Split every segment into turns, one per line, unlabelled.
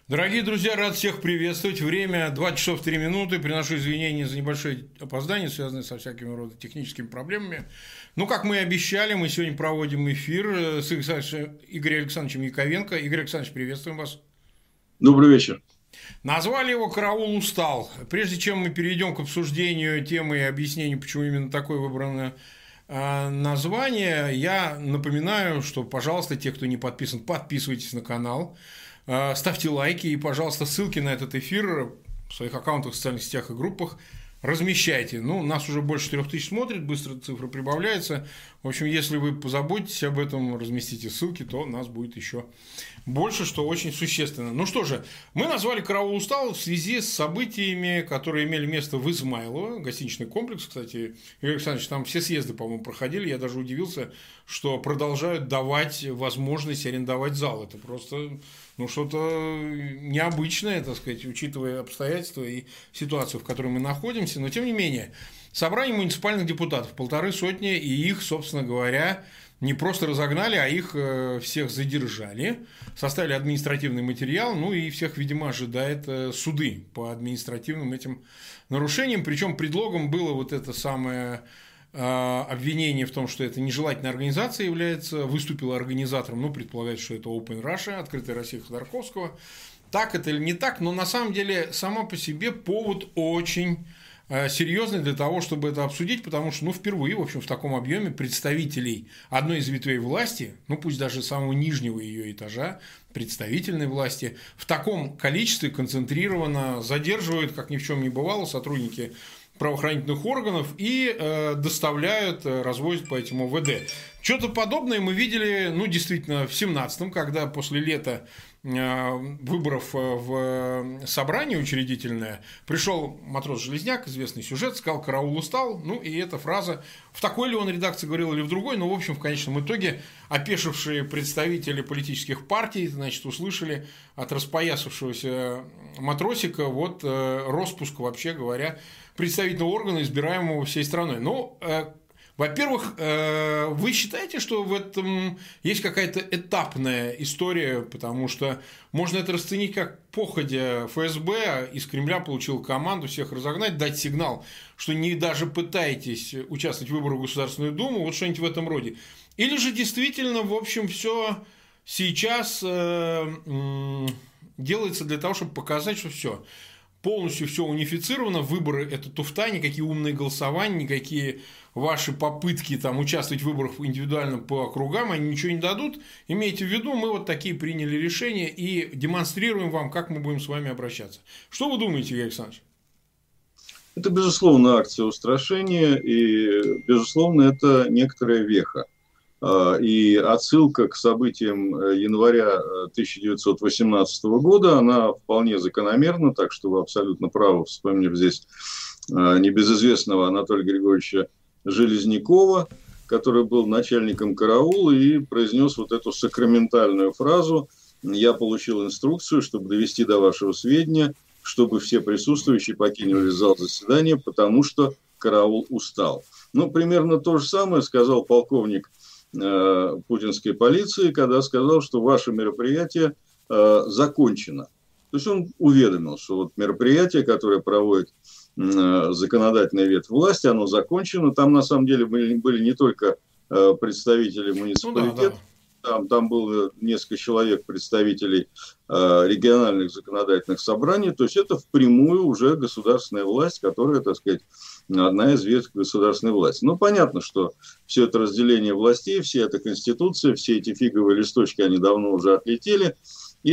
Дорогие друзья, рад всех приветствовать. Время 2 часов 3 минуты. Приношу извинения за небольшое опоздание, связанное со всякими рода техническими проблемами. Ну, как мы и обещали, мы сегодня проводим эфир с Игорем Александровичем Яковенко. Игорь Александрович, приветствуем вас.
Добрый вечер.
Назвали его «Караул устал». Прежде чем мы перейдем к обсуждению темы и объяснению, почему именно такое выбрано название, я напоминаю, что, пожалуйста, те, кто не подписан, подписывайтесь на канал. Ставьте лайки и, пожалуйста, ссылки на этот эфир в своих аккаунтах, в социальных сетях и группах размещайте. Ну, нас уже больше 3000 смотрит, быстро цифра прибавляется. В общем, если вы позаботитесь об этом, разместите ссылки, то нас будет еще больше, что очень существенно. Ну что же, мы назвали «Караул устал» в связи с событиями, которые имели место в Измайлово, гостиничный комплекс. Кстати, Игорь Александрович, там все съезды, по-моему, проходили. Я даже удивился, что продолжают давать возможность арендовать зал. Это просто... что-то необычное, так сказать, учитывая обстоятельства и ситуацию, в которой мы находимся. Но, тем не менее, собрание муниципальных депутатов, 150, и их, собственно говоря, не просто разогнали, а их всех задержали, составили административный материал, ну и всех, видимо, ожидает суды по административным этим нарушениям. Причем предлогом было вот это самое... обвинение в том, что это нежелательная организация является, выступила организатором, ну, предполагается, что это Open Russia, Открытая Россия Ходорковского. Так это или не так, но на самом деле сама по себе повод очень серьезный для того, чтобы это обсудить, потому что, впервые, в общем, в таком объеме представителей одной из ветвей власти, пусть даже самого нижнего ее этажа, представительной власти, в таком количестве концентрированно задерживают, как ни в чем не бывало, сотрудники правоохранительных органов и доставляют, развозят по этим ОВД. Что-то подобное мы видели, действительно, в 2017-м, когда после лета выборов в собрание учредительное пришел матрос Железняк, известный сюжет, сказал «Караул устал», и эта фраза, в такой ли он редакции говорил или в другой, но, в общем, в конечном итоге опешившие представители политических партий, услышали от распоясавшегося матросика роспуск, вообще говоря, представительного органа, избираемого всей страной. Во-первых, вы считаете, что в этом есть какая-то этапная история, потому что можно это расценить как походя ФСБ из Кремля получил команду всех разогнать, дать сигнал, что не даже пытаетесь участвовать в выборах в Государственную Думу, что-нибудь в этом роде. Или же действительно, в общем, все сейчас делается для того, чтобы показать, что все. Полностью все унифицировано, выборы – это туфта, никакие умные голосования, никакие ваши попытки участвовать в выборах индивидуально по округам, они ничего не дадут. Имейте в виду, мы такие приняли решения и демонстрируем вам, как мы будем с вами обращаться. Что вы думаете, Игорь Александрович?
Это, безусловно, акция устрашения, и, безусловно, это некоторая веха. И отсылка к событиям января 1918 года, она вполне закономерна, так что вы абсолютно правы, вспомнив здесь небезызвестного Анатолия Григорьевича Железнякова, который был начальником караула и произнес эту сакраментальную фразу: «Я получил инструкцию, чтобы довести до вашего сведения, чтобы все присутствующие покинули зал заседания, потому что караул устал». Примерно то же самое сказал полковник путинской полиции, когда сказал, что ваше мероприятие закончено. То есть он уведомил, что мероприятие, которое проводит законодательная ветвь власти, оно закончено. Там на самом деле были не только представители муниципалитета, там было несколько человек, представителей региональных законодательных собраний. То есть это впрямую уже государственная власть, которая, так сказать, одна из ветвей государственной власти. Понятно, что все это разделение властей, вся эта конституция, все эти фиговые листочки, они давно уже отлетели. И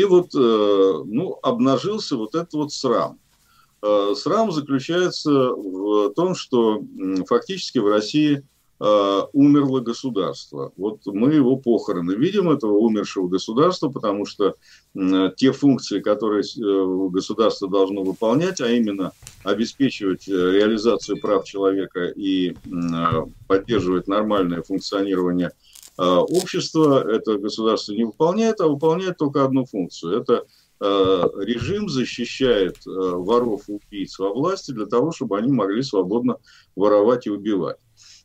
обнажился этот срам. Срам заключается в том, что фактически в России умерло государство. Мы его похороны видим, этого умершего государства, потому что те функции, которые государство должно выполнять, а именно обеспечивать реализацию прав человека и поддерживать нормальное функционирование общества, это государство не выполняет, а выполняет только одну функцию. Это режим защищает воров и убийц во власти для того, чтобы они могли свободно воровать и убивать.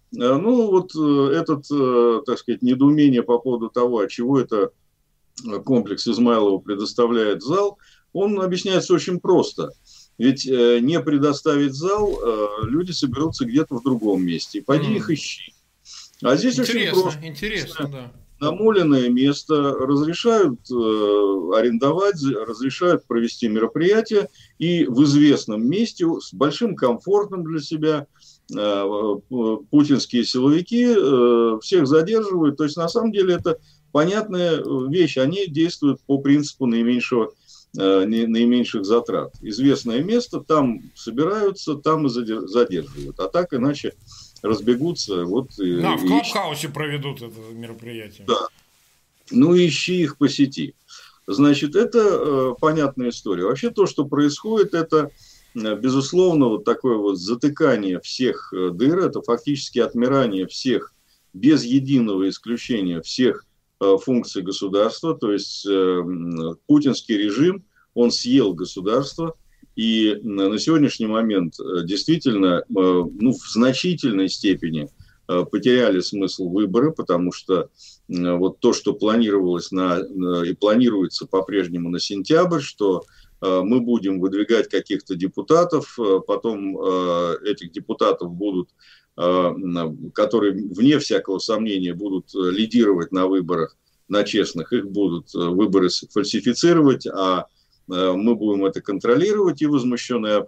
Так сказать, недоумение по поводу того, от чего это комплекс Измайлова предоставляет зал, Он объясняется очень просто. Ведь не предоставить зал, люди соберутся где-то в другом месте. Пойди их ищи. А здесь очень просто.
Интересно, да.
Намоленное место разрешают арендовать, разрешают провести мероприятие, и в известном месте с большим комфортом для себя путинские силовики всех задерживают. То есть, на самом деле, это понятная вещь. Они действуют по принципу наименьших затрат. Известное место, там собираются, там и задерживают. А так иначе разбегутся. Вот,
в Клабхаусе проведут это мероприятие.
Да. Ну, ищи их по сети. Значит, это понятная история. Вообще то, что происходит, это, безусловно, вот такое вот затыкание всех дыр, это фактически отмирание всех, без единого исключения, всех функций государства. То есть путинский режим, он съел государство. И на сегодняшний момент действительно, в значительной степени потеряли смысл выборы, потому что вот то, что планировалось и планируется по-прежнему на сентябрь, что мы будем выдвигать каких-то депутатов, потом этих депутатов будут, которые, вне всякого сомнения, будут лидировать на выборах, на честных, их будут выборы фальсифицировать, а мы будем это контролировать, и возмущенные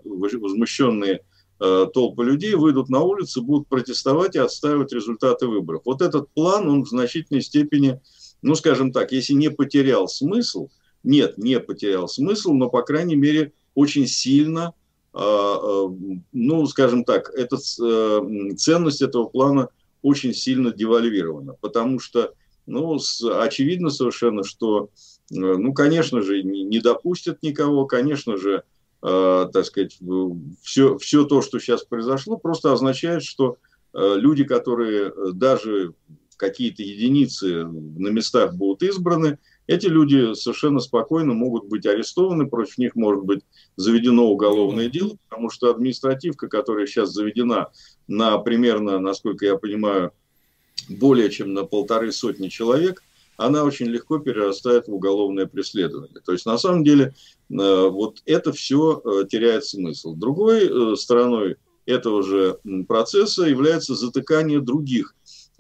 толпы людей выйдут на улицы, будут протестовать и отстаивать результаты выборов. Вот этот план, он в значительной степени, ну, скажем так, если не потерял смысл, не потерял смысл, но, по крайней мере, очень сильно, ну, скажем так, ценность этого плана очень сильно девальвирована, потому что, ну, очевидно совершенно, что, ну, конечно же, не допустят никого, конечно же, так сказать, все то, что сейчас произошло, просто означает, что люди, которые даже какие-то единицы на местах будут избраны, эти люди совершенно спокойно могут быть арестованы, против них может быть заведено уголовное дело, потому что административка, которая сейчас заведена на примерно, насколько я понимаю, более чем на 150 человек, она очень легко перерастает в уголовное преследование. То есть, на самом деле, вот это все теряет смысл. Другой стороной этого же процесса является затыкание других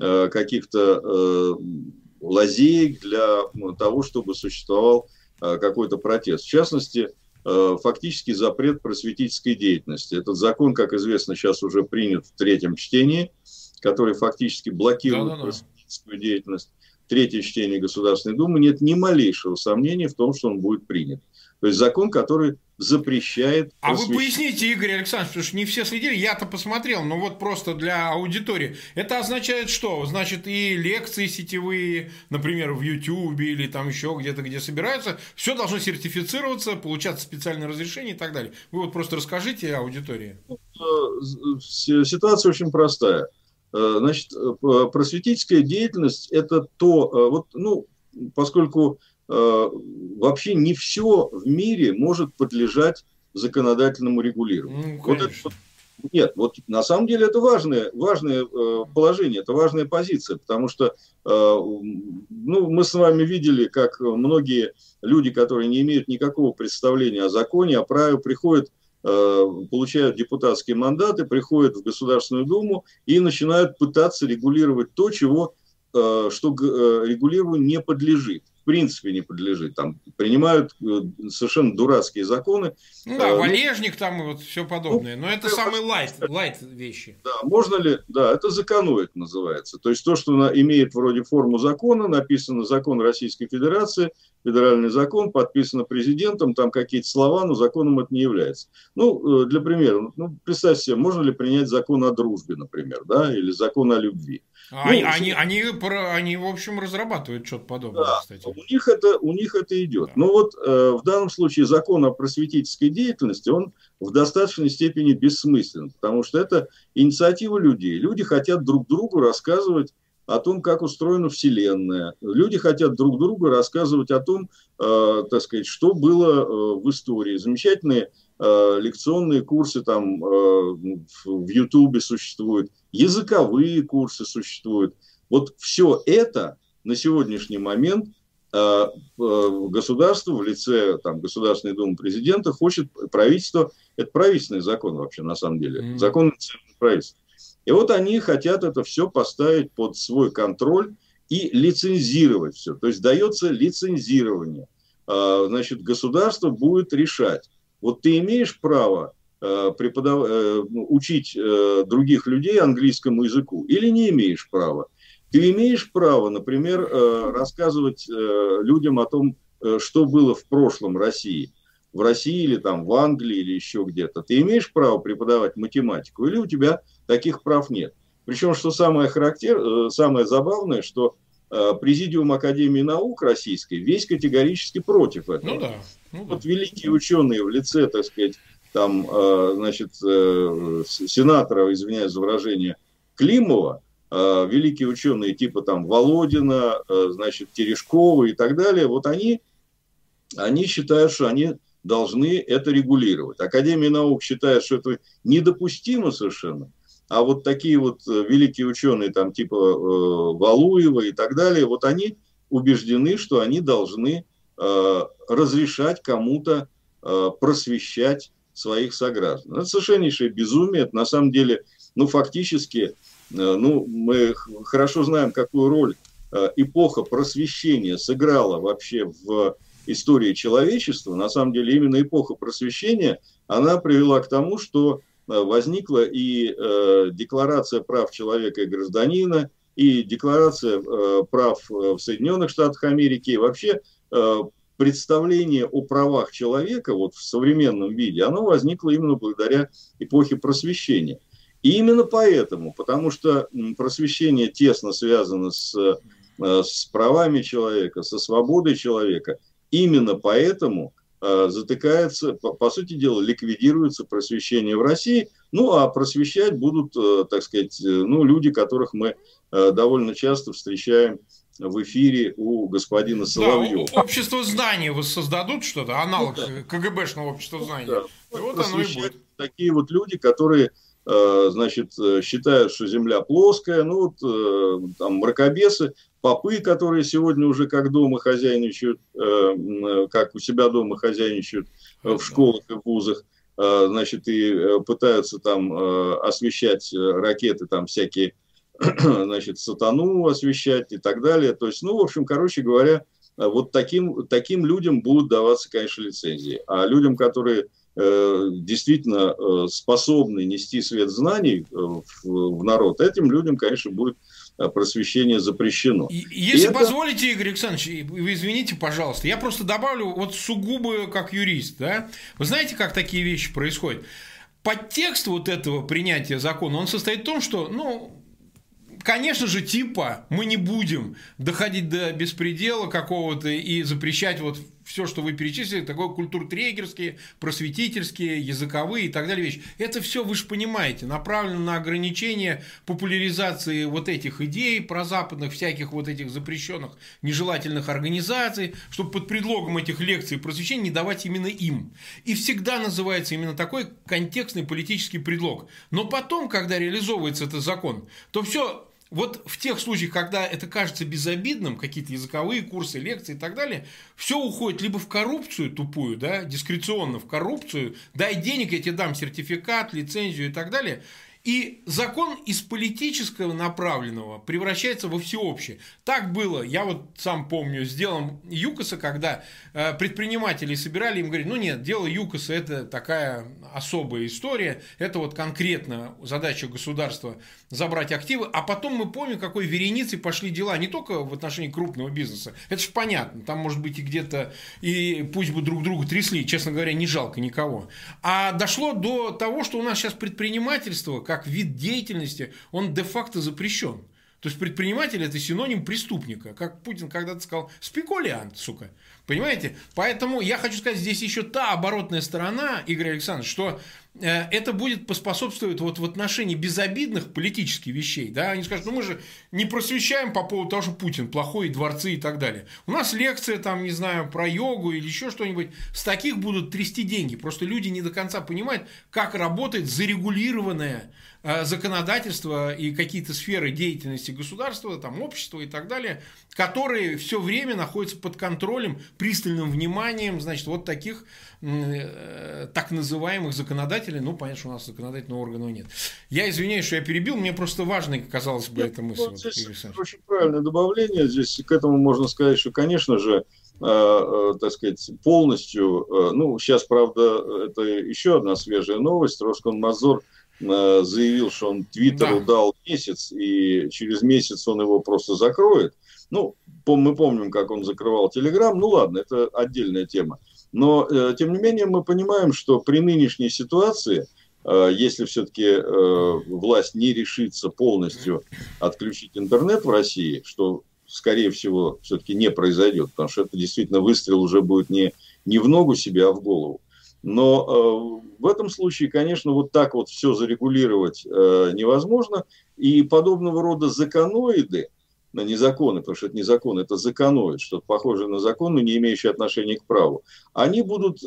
каких-то лазеек для того, чтобы существовал какой-то протест. В частности, фактически запрет просветительской деятельности. Этот закон, как известно, сейчас уже принят в третьем чтении, который фактически блокирует просветительскую деятельность. Третье чтение Государственной Думы, нет ни малейшего сомнения в том, что он будет принят. То есть закон, который запрещает...
А вы поясните, Игорь Александрович, потому что не все следили, я-то посмотрел, но вот просто для аудитории. Это означает что? Значит, и лекции сетевые, например, в YouTube или там еще где-то, где собираются, все должно сертифицироваться, получаться специальное разрешение и так далее. Вы вот просто расскажите аудитории.
Ситуация очень простая. Значит, просветительская деятельность – это то, вот, ну, поскольку вообще не все в мире может подлежать законодательному регулированию. Нет, вот на самом деле это важное положение, это важная позиция, потому что ну, мы с вами видели, как многие люди, которые не имеют никакого представления о законе, о праве, приходят, получают депутатские мандаты, приходят в Государственную Думу и начинают пытаться регулировать то, что регулированию не подлежит. В принципе не подлежит. Там принимают совершенно дурацкие законы.
Ну да, валежник там и вот все подобное. Но это самые лайт вещи.
Да, можно ли... Да, это законует называется. То есть то, что имеет вроде форму закона, написано закон Российской Федерации, федеральный закон, подписано президентом, там какие-то слова, но законом это не является. Ну, для примера, ну, представьте себе, можно ли принять закон о дружбе, например, да, или закон о любви.
Они, в общем, разрабатывают что-то подобное, да, кстати.
У них это идет. Да. Но вот в данном случае закон о просветительской деятельности, он в достаточной степени бессмыслен, потому что это инициатива людей. Люди хотят друг другу рассказывать о том, как устроена Вселенная. Люди хотят друг другу рассказывать о том, так сказать, что было в истории. Замечательные лекционные курсы там в Ютубе существуют, языковые курсы существуют. Вот все это на сегодняшний момент государство в лице там, Государственной Думы президента хочет правительство, это правительственный закон вообще на самом деле, закон правительства. И вот они хотят это все поставить под свой контроль и лицензировать все. То есть дается лицензирование. Значит, государство будет решать. Вот ты имеешь право учить других людей английскому языку или не имеешь права? Ты имеешь право, например, рассказывать людям о том, что было в прошлом России. В России или там в Англии или еще где-то. Ты имеешь право преподавать математику или у тебя таких прав нет? Причем, что самое самое забавное, что Президиум Академии наук российской весь категорически против этого.
Ну да.
Вот великие ученые в лице, так сказать, там, значит, сенатора, извиняюсь за выражение, Климова, великие ученые типа там Володина, значит, Терешкова и так далее, вот они считают, что они должны это регулировать. Академия наук считает, что это недопустимо совершенно, а вот такие вот великие ученые там типа Валуева и так далее, вот они убеждены, что они должны разрешать кому-то просвещать своих сограждан. Это совершеннейшее безумие, это на самом деле, ну, фактически, ну, мы хорошо знаем, какую роль эпоха просвещения сыграла вообще в истории человечества. На самом деле, именно эпоха просвещения, она привела к тому, что возникла и Декларация прав человека и гражданина, и Декларация прав в Соединенных Штатах Америки, и вообще представление о правах человека вот в современном виде, оно возникло именно благодаря эпохе просвещения. И именно поэтому, потому что просвещение тесно связано с правами человека, со свободой человека, именно поэтому затыкается, по сути дела, ликвидируется просвещение в России, ну а просвещать будут, так сказать, ну, люди, которых мы довольно часто встречаем в эфире у господина Соловьева.
Да, общество знаний создадут что-то, аналог КГБшного общества знаний. Да. И вот оно и будет.
Такие вот люди, которые, значит, считают, что Земля плоская, ну вот там мракобесы, попы, которые сегодня уже как дома хозяйничают, как у себя дома хозяйничают в школах и вузах, значит, и пытаются там освещать ракеты, там всякие, значит, сатану освещать и так далее. То есть, ну, в общем, короче говоря, вот таким людям будут даваться, конечно, лицензии. А людям, которые действительно способны нести свет знаний в народ, этим людям, конечно, будет просвещение запрещено.
Если позволите, Игорь Александрович, вы извините, пожалуйста, я просто добавлю вот сугубо как юрист, да? Вы знаете, как такие вещи происходят? Подтекст вот этого принятия закона, он состоит в том, что, ну, конечно же, типа мы не будем доходить до беспредела какого-то и запрещать вот все, что вы перечислили, такое культуртрегерские, просветительские, языковые и так далее вещи. Это все, вы же понимаете, направлено на ограничение популяризации вот этих идей прозападных, всяких вот этих запрещенных нежелательных организаций, чтобы под предлогом этих лекций просвещения не давать именно им. И всегда называется именно такой контекстный политический предлог. Но потом, когда реализовывается этот закон, то все. Вот в тех случаях, когда это кажется безобидным, какие-то языковые курсы, лекции и так далее, все уходит либо в коррупцию тупую, да, дискреционно в коррупцию, дай денег, я тебе дам сертификат, лицензию и так далее. И закон из политического направленного превращается во всеобщее. Так было, я вот сам помню, с делом ЮКОСа, когда предприниматели собирали, им говорили, ну нет, дело ЮКОСа это такая особая история, это вот конкретно задача государства забрать активы, а потом мы помним, какой вереницей пошли дела, не только в отношении крупного бизнеса, это же понятно, там может быть и где-то, и пусть бы друг друга трясли, честно говоря, не жалко никого, а дошло до того, что у нас сейчас предпринимательство, как вид деятельности, он де-факто запрещен. То есть предприниматель – это синоним преступника. Как Путин когда-то сказал, спекулянт, сука. Понимаете? Поэтому я хочу сказать, здесь еще та оборотная сторона, Игорь Александрович, что это будет поспособствовать вот в отношении безобидных политических вещей. Да? Они скажут, ну мы же не просвещаем по поводу того, что Путин плохой, и дворцы и так далее. У нас лекция, там, не знаю, про йогу или еще что-нибудь. С таких будут трясти деньги. Просто люди не до конца понимают, как работает зарегулированное законодательство и какие-то сферы деятельности государства, там, общества и так далее, которые все время находятся под контролем, пристальным вниманием, значит, вот таких так называемых законодателей. Ну, понятно, что у нас законодательного органа нет. Я извиняюсь, что я перебил, мне просто важной казалось бы эта мысль.
Вот здесь очень правильное добавление. Здесь к этому можно сказать, что, конечно же, так сказать, полностью, ну, сейчас, правда, это еще одна свежая новость. Роскомнадзор заявил, что он Твиттеру дал месяц, и через месяц он его просто закроет. Ну, мы помним, как он закрывал Телеграм. Ну, ладно, это отдельная тема. Но, тем не менее, мы понимаем, что при нынешней ситуации, если все-таки власть не решится полностью отключить интернет в России, что, скорее всего, все-таки не произойдет, потому что это действительно выстрел уже будет не в ногу себе, а в голову. Но в этом случае, конечно, вот так вот все зарегулировать невозможно. И подобного рода законоиды, не законы, потому что это не законы, это законоид, что-то похожее на закон, но не имеющее отношения к праву, они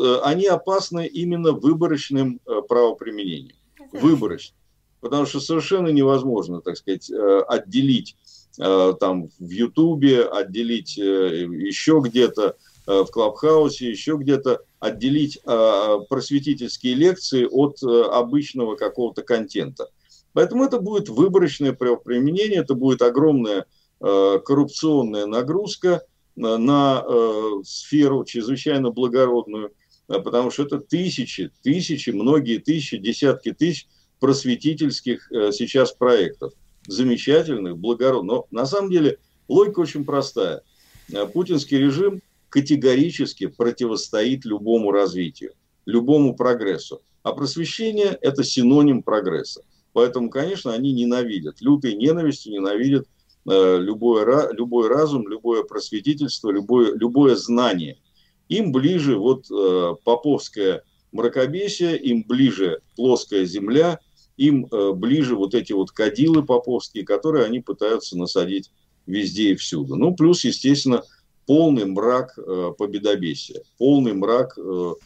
опасны именно выборочным правоприменением. Выборочным. Потому что совершенно невозможно, так сказать, отделить там в Ютубе, отделить еще где-то, в Клабхаусе, еще где-то отделить просветительские лекции от обычного какого-то контента. Поэтому это будет выборочное правоприменение, это будет огромная коррупционная нагрузка на сферу чрезвычайно благородную, потому что это тысячи, многие тысячи, десятки тысяч просветительских сейчас проектов. Замечательных, благородных. Но на самом деле логика очень простая. Путинский режим категорически противостоит любому развитию, любому прогрессу. А просвещение – это синоним прогресса. Поэтому, конечно, они ненавидят, лютой ненавистью ненавидят любой разум, любое просветительство, любое знание. Им ближе вот поповское мракобесие, им ближе плоская земля, им ближе вот эти вот кадилы поповские, которые они пытаются насадить везде и всюду. Ну, плюс, естественно, полный мрак победобесия, полный мрак,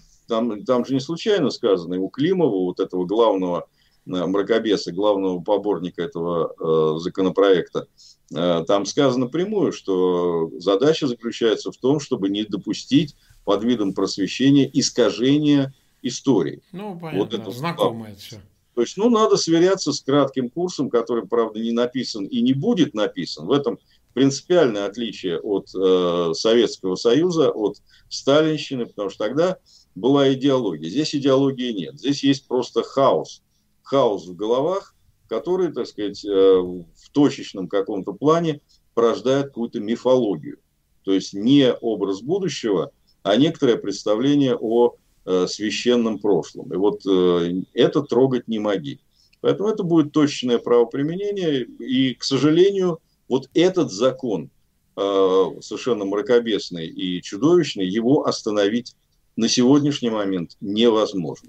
там же не случайно сказано, и у Климова, вот этого главного мракобеса, главного поборника этого законопроекта, там сказано прямую, что задача заключается в том, чтобы не допустить под видом просвещения искажения истории.
Ну, понятно, вот это знакомое все.
То есть, надо сверяться с кратким курсом, который, правда, не написан и не будет написан. В этом принципиальное отличие от Советского Союза, от сталинщины, потому что тогда была идеология. Здесь идеологии нет. Здесь есть просто хаос. Хаос в головах, который, так сказать, в точечном каком-то плане порождает какую-то мифологию. То есть не образ будущего, а некоторое представление о священном прошлом. И вот это трогать не моги. Поэтому это будет точное правоприменение. И, к сожалению, вот этот закон, совершенно мракобесный и чудовищный, его остановить на сегодняшний момент невозможно.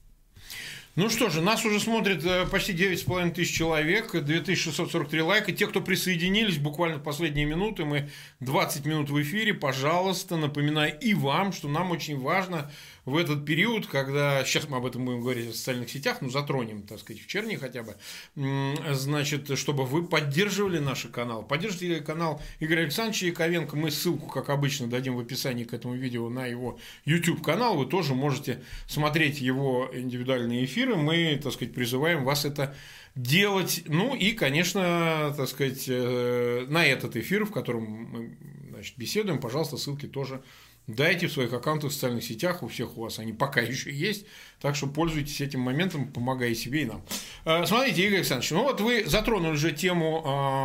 Ну что же, нас уже смотрит почти 9,5 тысяч человек, 2643 лайка. Те, кто присоединились буквально в последние минуты, мы 20 минут в эфире, пожалуйста, напоминаю и вам, что нам очень важно в этот период, когда, сейчас мы об этом будем говорить в социальных сетях, затронем, так сказать, в черне хотя бы, значит, чтобы вы поддерживали наш канал. Поддержите канал Игоря Александровича Яковенко. Мы ссылку, как обычно, дадим в описании к этому видео на его YouTube-канал. Вы тоже можете смотреть его индивидуальные эфиры. Мы, так сказать, призываем вас это делать. Ну и, конечно, так сказать, на этот эфир, в котором мы, значит, беседуем, пожалуйста, ссылки тоже дайте в своих аккаунтах в социальных сетях, у всех у вас они пока еще есть, так что пользуйтесь этим моментом, помогая себе и нам. Смотрите, Игорь Александрович, вот вы затронули уже тему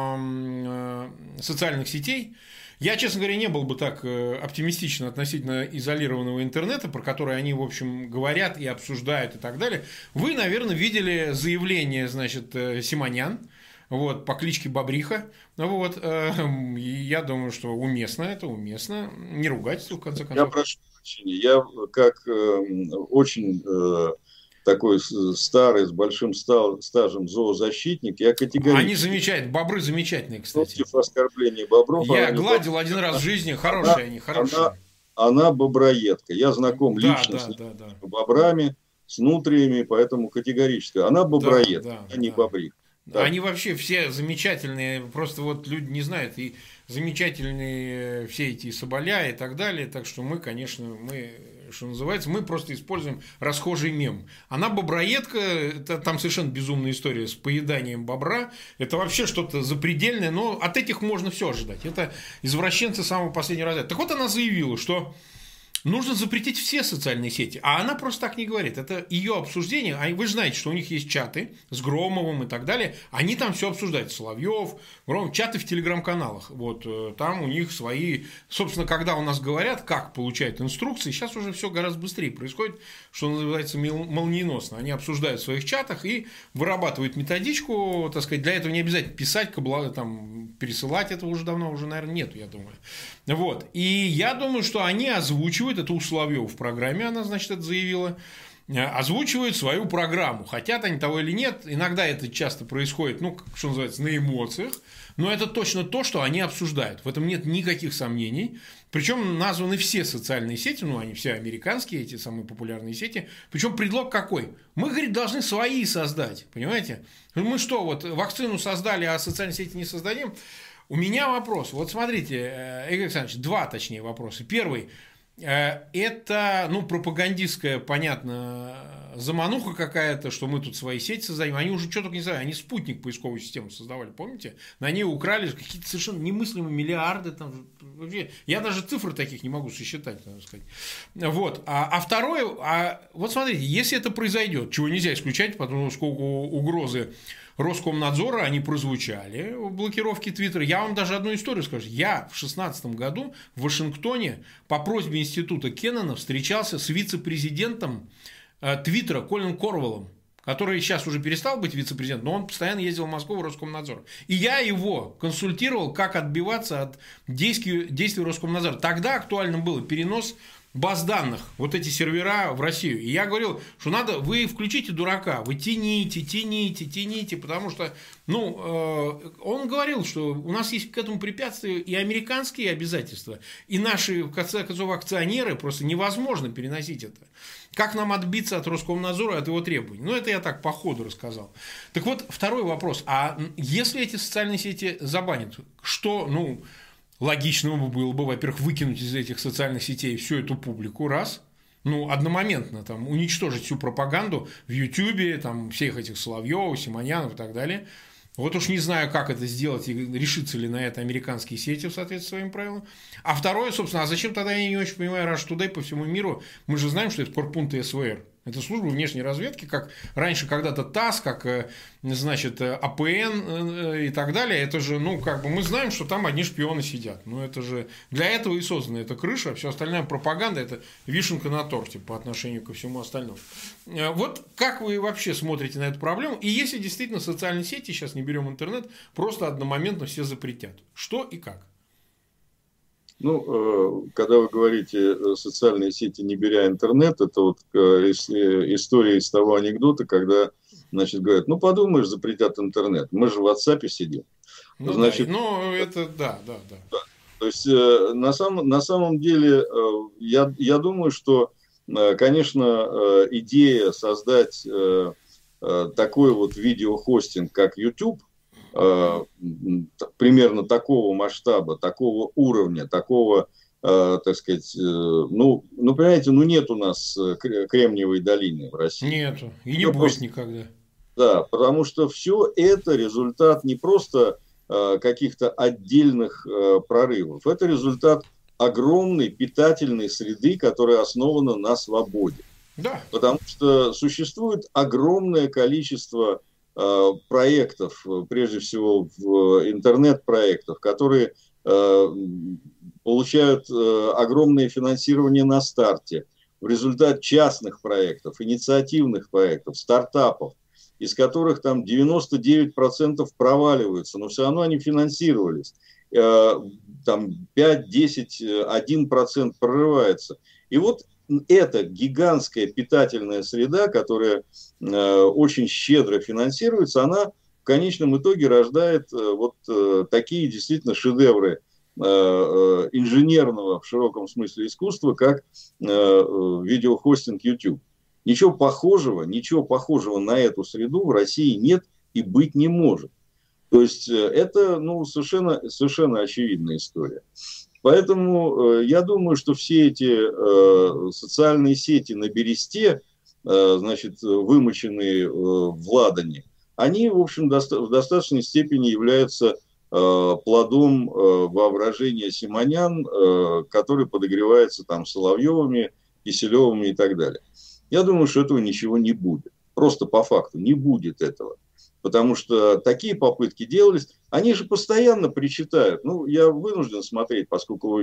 социальных сетей. Я, честно говоря, не был бы так оптимистичен относительно изолированного интернета, про который они, в общем, говорят и обсуждают и так далее. Вы, наверное, видели заявление, значит, Симонян, вот, по кличке Бобриха. Вот, и я думаю, что уместно, не ругательство, в конце концов.
Я прошу прощения, я как очень такой старый, с большим стажем зоозащитник, я категорически...
Они замечательные, бобры замечательные, кстати.
Против оскорбления бобров.
Я гладил один раз в жизни, хорошие они, хорошие.
Она боброедка. Я знаком лично с бобрами, с нутриями, поэтому категорически. Она боброедка, а не бобрик.
Да. Они вообще все замечательные, просто вот люди не знают, и замечательные все эти соболя и так далее, так что мы, конечно, что называется, мы просто используем расхожий мем. Она боброедка, это там совершенно безумная история с поеданием бобра, это вообще что-то запредельное, но от этих можно все ожидать, это извращенцы самого последнего разряда. Так вот она заявила, что нужно запретить все социальные сети. А она просто так не говорит. Это ее обсуждение. А вы же знаете, что у них есть чаты с Громовым и так далее. Они там все обсуждают. Соловьев, Громов, чаты в телеграм-каналах. Вот там у них свои... Собственно, когда у нас говорят, как получают инструкции, сейчас уже все гораздо быстрее происходит, что называется молниеносно. Они обсуждают в своих чатах и вырабатывают методичку. Так сказать, для этого не обязательно писать, там, пересылать. Этого уже давно, наверное, нету, я думаю. Вот. И я думаю, что они озвучивают, это у Соловьева в программе, она, значит, это заявила, озвучивают свою программу. Хотят они того или нет, иногда это часто происходит, что называется, на эмоциях, но это точно то, что они обсуждают. В этом нет никаких сомнений. Причем названы все социальные сети, они все американские, эти самые популярные сети. Причем предлог какой? Мы, говорит, должны свои создать, понимаете? Мы что, вот вакцину создали, а социальные сети не создадим? У меня вопрос. Вот смотрите, Игорь Александрович, два, точнее, вопроса. Первый. Это, пропагандистская, понятно, замануха какая-то, что мы тут свои сети создадим. Они уже что только не знаю, они спутник поисковую систему создавали, помните? На ней украли какие-то совершенно немыслимые миллиарды. Там, я даже цифр таких не могу сосчитать, надо сказать. Вот. А второе, вот смотрите, если это произойдет, чего нельзя исключать, потому что угрозы Роскомнадзора, они прозвучали в блокировке Твиттера. Я вам даже одну историю скажу. Я в 2016 году в Вашингтоне по просьбе института Кеннона встречался с вице-президентом Твиттера Колином Корвеллом, который сейчас уже перестал быть вице-президентом, но он постоянно ездил в Москву в Роскомнадзор. И я его консультировал, как отбиваться от действий Роскомнадзора. Тогда актуальным был перенос баз данных, вот эти сервера в Россию. И я говорил, что вы включите дурака, вы тяните, потому что, он говорил, что у нас есть к этому препятствия и американские обязательства, и наши, в конце концов, акционеры, просто невозможно переносить это. Как нам отбиться от Роскомнадзора, от его требований? Это я так по ходу рассказал. Так вот, второй вопрос. А если эти социальные сети забанят, что, логично было бы, во-первых, выкинуть из этих социальных сетей всю эту публику, раз, одномоментно там уничтожить всю пропаганду в Ютьюбе, там, всех этих Соловьёва, Симонянов и так далее. Вот уж не знаю, как это сделать и решится ли на это американские сети в соответствии с своим правилам. А второе, собственно, а зачем тогда, я не очень понимаю, Russia Today по всему миру? Мы же знаем, что это корпункты СВР. Это служба внешней разведки, как раньше когда-то ТАСС, как, значит, АПН и так далее. Это же, мы знаем, что там одни шпионы сидят. Это же для этого и создана эта крыша, а все остальная пропаганда – это вишенка на торте по отношению ко всему остальному. Вот как вы вообще смотрите на эту проблему? И если действительно социальные сети, сейчас не берем интернет, просто одномоментно все запретят. Что и как?
Когда вы говорите социальные сети, не беря интернет, это вот история из того анекдота, когда, значит, говорят, подумаешь, запретят интернет. Мы же в WhatsApp сидим. Значит,
да.
То есть, на самом деле, я думаю, что, конечно, идея создать такой вот видеохостинг, как YouTube, примерно такого масштаба, такого уровня, такого, так сказать, понимаете, нет у нас Кремниевой долины в России.
Нету, и не будет никогда.
Да, потому что все это результат не просто каких-то отдельных прорывов, это результат огромной питательной среды, которая основана на свободе.
Да.
Потому что существует огромное количество проектов, прежде всего интернет-проектов, которые получают огромное финансирование на старте в результате частных проектов, инициативных проектов, стартапов. из которых там 99% проваливаются, но все равно они финансировались. Там 5, 10, 1% прорывается. И вот эта гигантская питательная среда, которая очень щедро финансируется, она в конечном итоге рождает вот такие действительно шедевры инженерного в широком смысле искусства, как видеохостинг YouTube. Ничего похожего на эту среду в России нет и быть не может. То есть это совершенно очевидная история. Поэтому я думаю, что все эти социальные сети на бересте, значит, вымоченные в ладани, они, в общем, в достаточной степени являются плодом воображения симонян, который подогревается там Соловьевыми, Киселевыми и так далее. Я думаю, что этого ничего не будет. Просто по факту не будет этого. Потому что такие попытки делались. Они же постоянно причитают. Ну, я вынужден смотреть, поскольку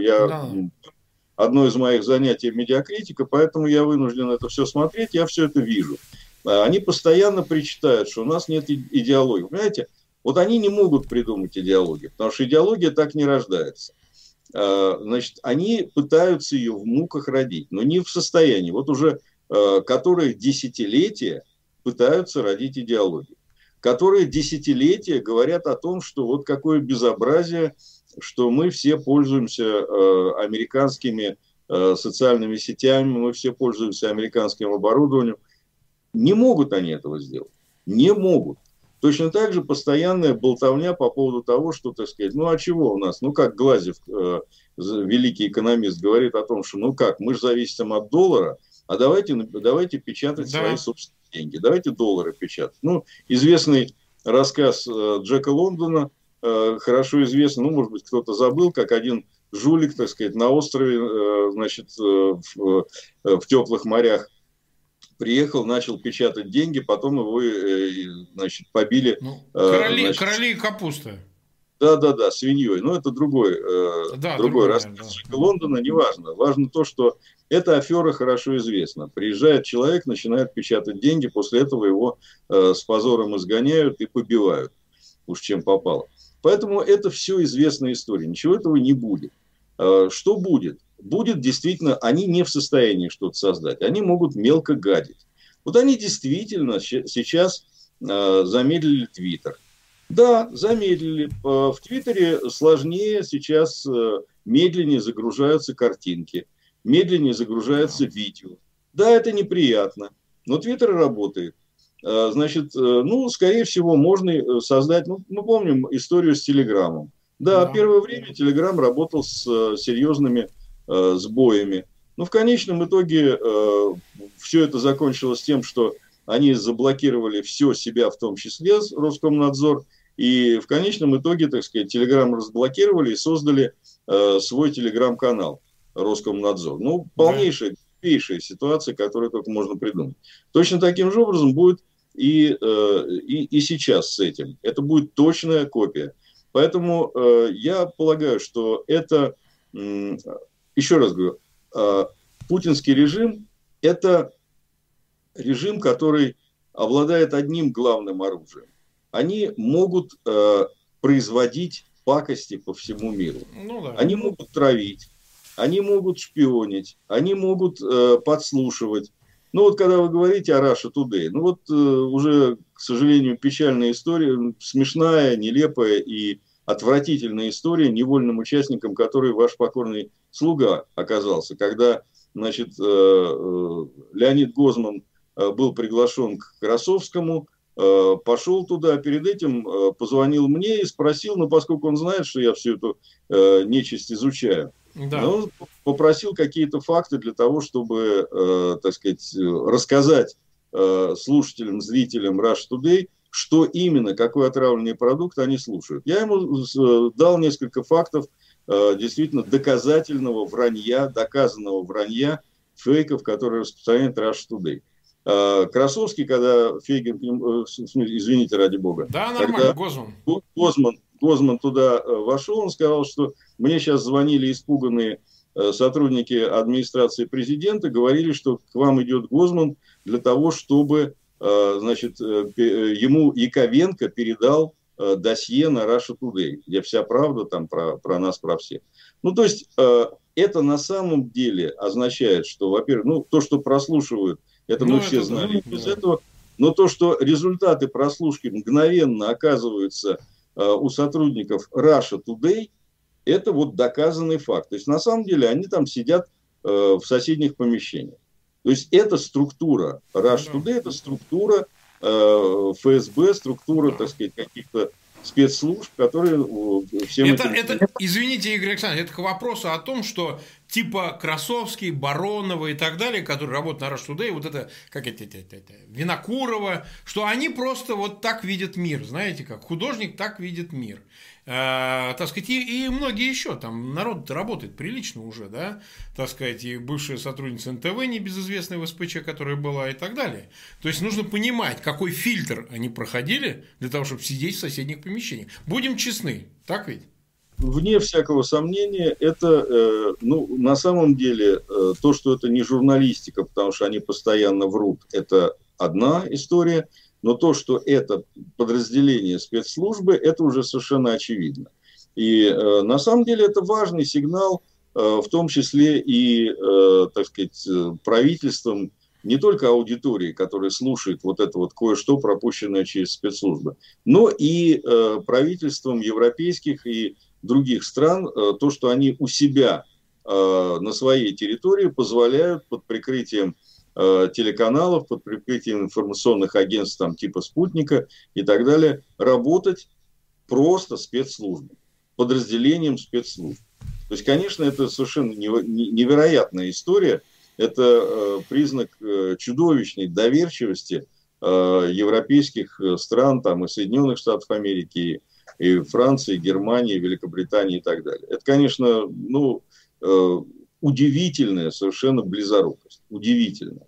одно из моих занятий медиакритика, поэтому я вынужден это все смотреть, я все это вижу. Они постоянно причитают, что у нас нет идеологии. Понимаете, вот они не могут придумать идеологию, потому что идеология так не рождается. Значит, они пытаются ее в муках родить, но не в состоянии. Вот уже которые десятилетия пытаются родить идеологию, которые десятилетия говорят о том, что вот какое безобразие, что мы все пользуемся американскими социальными сетями, мы все пользуемся американским оборудованием. Не могут они этого сделать. Не могут. Точно так же постоянная болтовня по поводу того, что, так сказать, ну а чего у нас? Ну как Глазьев, великий экономист, говорит о том, что ну как, мы же зависим от доллара, а давайте печатать свои собственные деньги, давайте доллары печатать. Ну, известный рассказ Джека Лондона, хорошо известный, ну, может быть, кто-то забыл, как один жулик, так сказать, на острове, значит, в теплых морях приехал, начал печатать деньги, потом его, значит, побили.
Ну, короли капусты.
Да, свиньей. Но это другой рассказ Джека Лондона, неважно. Важно то, что эта афера хорошо известна. Приезжает человек, начинает печатать деньги, после этого его с позором изгоняют и побивают. Уж чем попало. Поэтому это все известная история. Ничего этого не будет. Что будет? Будет действительно, они не в состоянии что-то создать. Они могут мелко гадить. Вот они действительно сейчас замедлили Твиттер. Да, замедлили. В Твиттере сложнее сейчас, медленнее загружаются картинки, медленнее загружаются видео. Да, это неприятно, но Твиттер работает. Значит, ну, скорее всего, можно создать, ну, мы помним историю с Телеграмом. Да, первое время Телеграм работал с серьезными сбоями. Но в конечном итоге все это закончилось тем, что они заблокировали все себя, в том числе Роскомнадзор, и в конечном итоге, так сказать, Телеграм разблокировали и создали свой Телеграм-канал Роскомнадзор. Ну, полнейшая, глупейшая ситуация, которую только можно придумать. Точно таким же образом будет и сейчас с этим. Это будет точная копия. Поэтому я полагаю, что это, еще раз говорю, путинский режим – это режим, который обладает одним главным оружием. Они могут производить пакости по всему миру. Ну, да. Они могут травить, они могут шпионить, они могут подслушивать. Ну вот когда вы говорите о Russia Today, ну вот уже, к сожалению, печальная история, смешная, нелепая и отвратительная история, невольным участником которой ваш покорный слуга оказался, когда, значит, Леонид Гозман был приглашен к Красовскому, пошел туда, перед этим позвонил мне и спросил, ну, поскольку он знает, что я всю эту нечисть изучаю, он попросил какие-то факты для того, чтобы, так сказать, рассказать слушателям, зрителям Russia Today, что именно, какой отравленный продукт они слушают. Я ему дал несколько фактов действительно доказательного вранья, доказанного вранья, фейков, которые распространяет Russia Today. Красовский, когда Фейгин, извините, ради бога,
да, нормально,
Гозман туда вошел, он сказал, что мне сейчас звонили испуганные сотрудники администрации президента, говорили, что к вам идет Гозман для того, чтобы значит, ему Яковенко передал досье на Russia Today, где вся правда там про нас, про всех. Ну, то есть, это на самом деле означает, что, во-первых, ну, то, что прослушивают, это мы все знали без этого, но то, что результаты прослушки мгновенно оказываются у сотрудников Russia Today, это вот доказанный факт. То есть, на самом деле, они там сидят в соседних помещениях. То есть, это структура Russia Today, это структура ФСБ, структура, так сказать, каких-то спецслужб, которые всем
это, извините, Игорь Александрович, это к вопросу о том, что типа Красовский, Баронова и так далее, которые работают на Russia Today, вот это, как это Винокурова, что они просто вот так видят мир, знаете как, художник так видит мир. Так сказать, и многие еще, там народ работает прилично уже, да, так сказать, и бывшая сотрудница НТВ, небезызвестная в СПЧ, которая была, и так далее. То есть, нужно понимать, какой фильтр они проходили для того, чтобы сидеть в соседних помещениях. Будем честны, так ведь?
Вне всякого сомнения, это, ну, на самом деле, то, что это не журналистика, потому что они постоянно врут, это одна история. Но то, что это подразделение спецслужбы, это уже совершенно очевидно. И на самом деле это важный сигнал, в том числе и, так сказать, правительством, не только аудитории, которая слушает вот это вот кое-что, пропущенное через спецслужбы, но и правительством европейских и других стран, то, что они у себя на своей территории позволяют под прикрытием телеканалов, под прикрытием информационных агентств там, типа «Спутника» и так далее, работать просто спецслужбой, подразделением спецслужб. То есть, конечно, это совершенно невероятная история. Это признак чудовищной доверчивости европейских стран, там, и Соединенных Штатов Америки, и Франции, и Германии, и Великобритании и так далее. Это, конечно, ну, удивительная совершенно близорукость. Удивительная.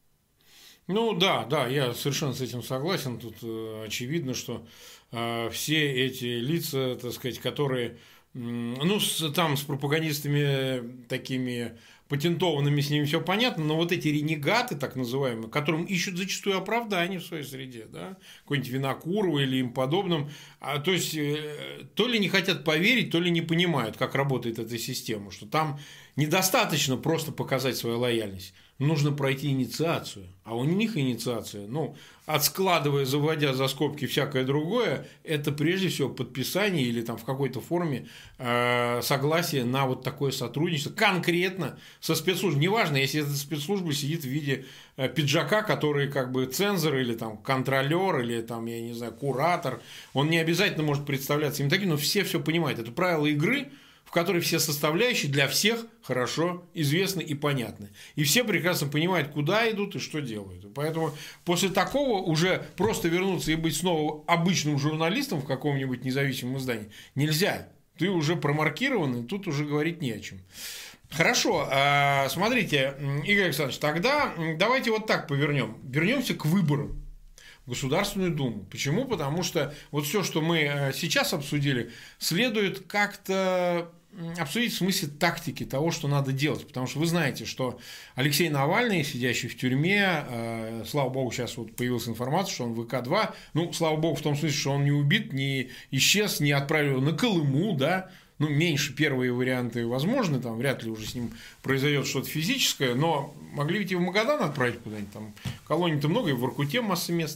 Ну да, я совершенно с этим согласен. Тут очевидно, что все эти лица, так сказать, которые, ну, там с пропагандистами такими патентованными, с ними все понятно, но вот эти ренегаты, так называемые, которым ищут зачастую оправдание в своей среде, да, какой-нибудь Винокурова или им подобным, то есть, то ли не хотят поверить, то ли не понимают, как работает эта система, что там недостаточно просто показать свою лояльность, нужно пройти инициацию, а у них инициация, ну, отскладывая, заводя за скобки всякое другое, это прежде всего подписание или там в какой-то форме согласие на вот такое сотрудничество конкретно со спецслужбой. Неважно, если эта спецслужба сидит в виде пиджака, который как бы цензор или там контролер или там, я не знаю, куратор, он не обязательно может представляться им таким, но все понимают. Это правила игры, в которой все составляющие для всех хорошо известны и понятны. И все прекрасно понимают, куда идут и что делают. Поэтому после такого уже просто вернуться и быть снова обычным журналистом в каком-нибудь независимом издании нельзя. Ты уже промаркирован, и тут уже говорить не о чем. Хорошо, смотрите, Игорь Александрович, тогда давайте вот так повернем. Вернемся к выборам в Государственную Думу. Почему? Потому что вот все, что мы сейчас обсудили, следует как-то обсудить в смысле тактики того, что надо делать. Потому что вы знаете, что Алексей Навальный, сидящий в тюрьме, слава богу, сейчас вот появилась информация, что он в ВК-2, ну, слава богу, в том смысле, что он не убит, не исчез, не отправил на Колыму, да, ну, меньше первые варианты возможны, там вряд ли уже с ним произойдет что-то физическое, но могли ведь и в Магадан отправить куда-нибудь, там колоний-то много, и в Воркуте масса мест.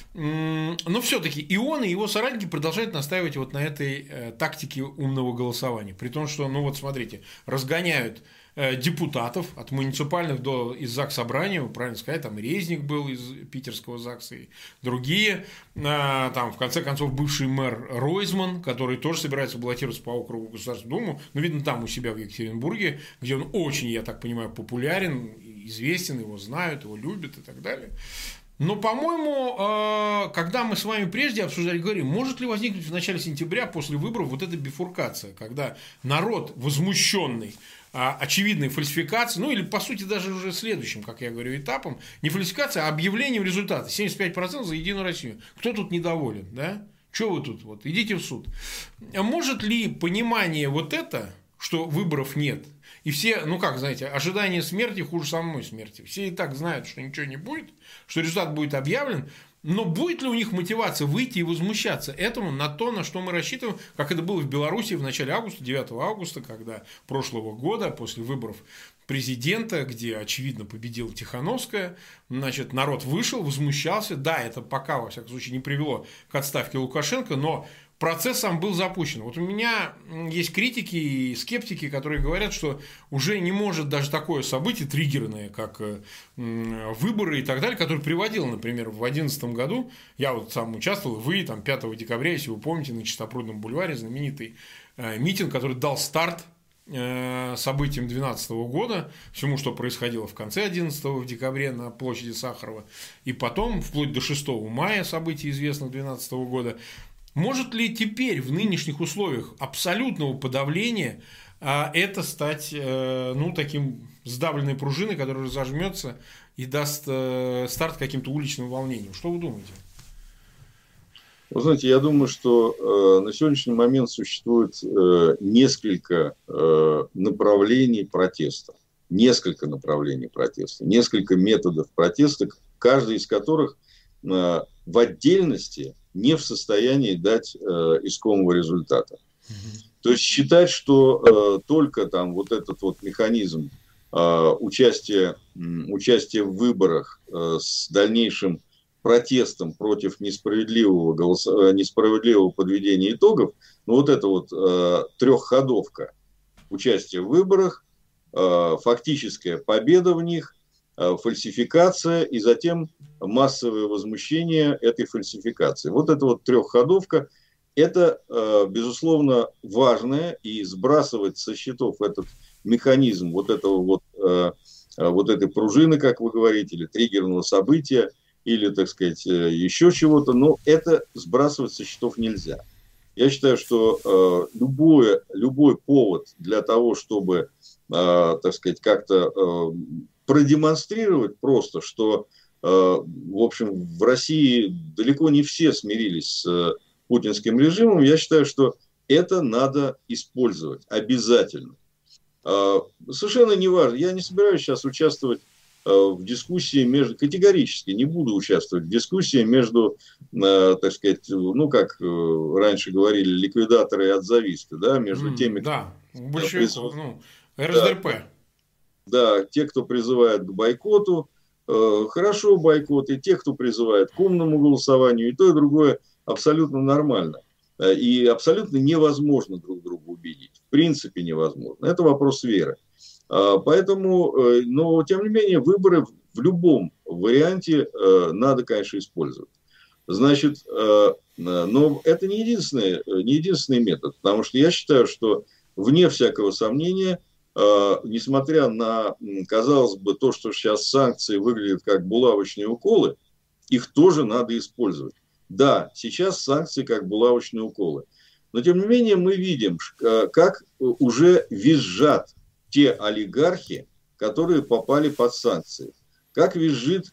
Но все-таки и он, и его соратники продолжают настаивать вот на этой тактике умного голосования. При том, что, ну вот смотрите, разгоняют депутатов от муниципальных до из Заксобрания, вы правильно сказать, там Резник был из питерского ЗАГСа и другие, там в конце концов бывший мэр Ройзман, который тоже собирается баллотироваться по округу в Государственную Думу, ну видно там у себя в Екатеринбурге, где он очень, я так понимаю, популярен, известен, его знают, его любят и так далее. Но, по-моему, когда мы с вами прежде обсуждали, говорим, может ли возникнуть в начале сентября после выборов вот эта бифуркация, когда народ возмущенный очевидной фальсификацией, ну или по сути даже уже следующим, как я говорю, этапом, не фальсификация, а объявлением результата. 75% за Единую Россию. Кто тут недоволен, да? Что вы тут? Вот, идите в суд. А может ли понимание вот это что выборов нет. И все, ну как, знаете, ожидание смерти хуже самой смерти. Все и так знают, что ничего не будет, что результат будет объявлен. Но будет ли у них мотивация выйти и возмущаться этому на то, на что мы рассчитываем, как это было в Беларуси в начале августа, 9 августа, когда прошлого года, после выборов президента, где, очевидно, победила Тихановская, значит, народ вышел, возмущался. Да, это пока, во всяком случае, не привело к отставке Лукашенко, но процесс сам был запущен. Вот у меня есть критики и скептики, которые говорят, что уже не может даже такое событие триггерное, как выборы и так далее, которое приводило, например, в 2011 году, я вот сам участвовал, вы там 5 декабря, если вы помните, на Чистопрудном бульваре знаменитый митинг, который дал старт событиям 2012 года, всему, что происходило в конце 11 в декабре на площади Сахарова, и потом, вплоть до 6 мая событий известных 2012 года. Может ли теперь в нынешних условиях абсолютного подавления это стать таким сдавленной пружиной, которая разожмется и даст старт каким-то уличным волнениям? Что вы думаете?
Вы знаете, я думаю, что на сегодняшний момент существует несколько направлений протеста. Несколько направлений протеста. Несколько методов протеста, каждый из которых в отдельности не в состоянии дать искомого результата. То есть считать, что только там вот этот вот механизм участия в выборах с дальнейшим протестом против несправедливого подведения итогов, ну вот эта вот трехходовка: участие в выборах, фактическая победа в них, фальсификация и затем массовое возмущение этой фальсификации. Вот эта вот трехходовка, это, безусловно, важное, и сбрасывать со счетов этот механизм вот этого вот этой пружины, как вы говорите, или триггерного события, или, так сказать, еще чего-то, но это сбрасывать со счетов нельзя. Я считаю, что любой повод для того, чтобы, так сказать, как-то продемонстрировать просто, что, в общем, в России далеко не все смирились с путинским режимом, я считаю, что это надо использовать обязательно. Совершенно не важно, я не собираюсь сейчас участвовать в дискуссии категорически не буду участвовать в дискуссии между, так сказать, ну, как раньше говорили, ликвидаторы и отзависты, да, между теми,
да, большевиков, РСДРП.
Да, те, кто призывает к бойкоту, хорошо бойкот, и те, кто призывает к умному голосованию, и то, и другое абсолютно нормально. И абсолютно невозможно друг друга убедить. В принципе невозможно. Это вопрос веры. Поэтому, но тем не менее, выборы в любом варианте надо, конечно, использовать. Значит, но это не единственный метод, потому что я считаю, что вне всякого сомнения, несмотря на, казалось бы, то, что сейчас санкции выглядят как булавочные уколы, их тоже надо использовать. Да, сейчас санкции как булавочные уколы. Но, тем не менее, мы видим, как уже визжат те олигархи, которые попали под санкции. Как визжит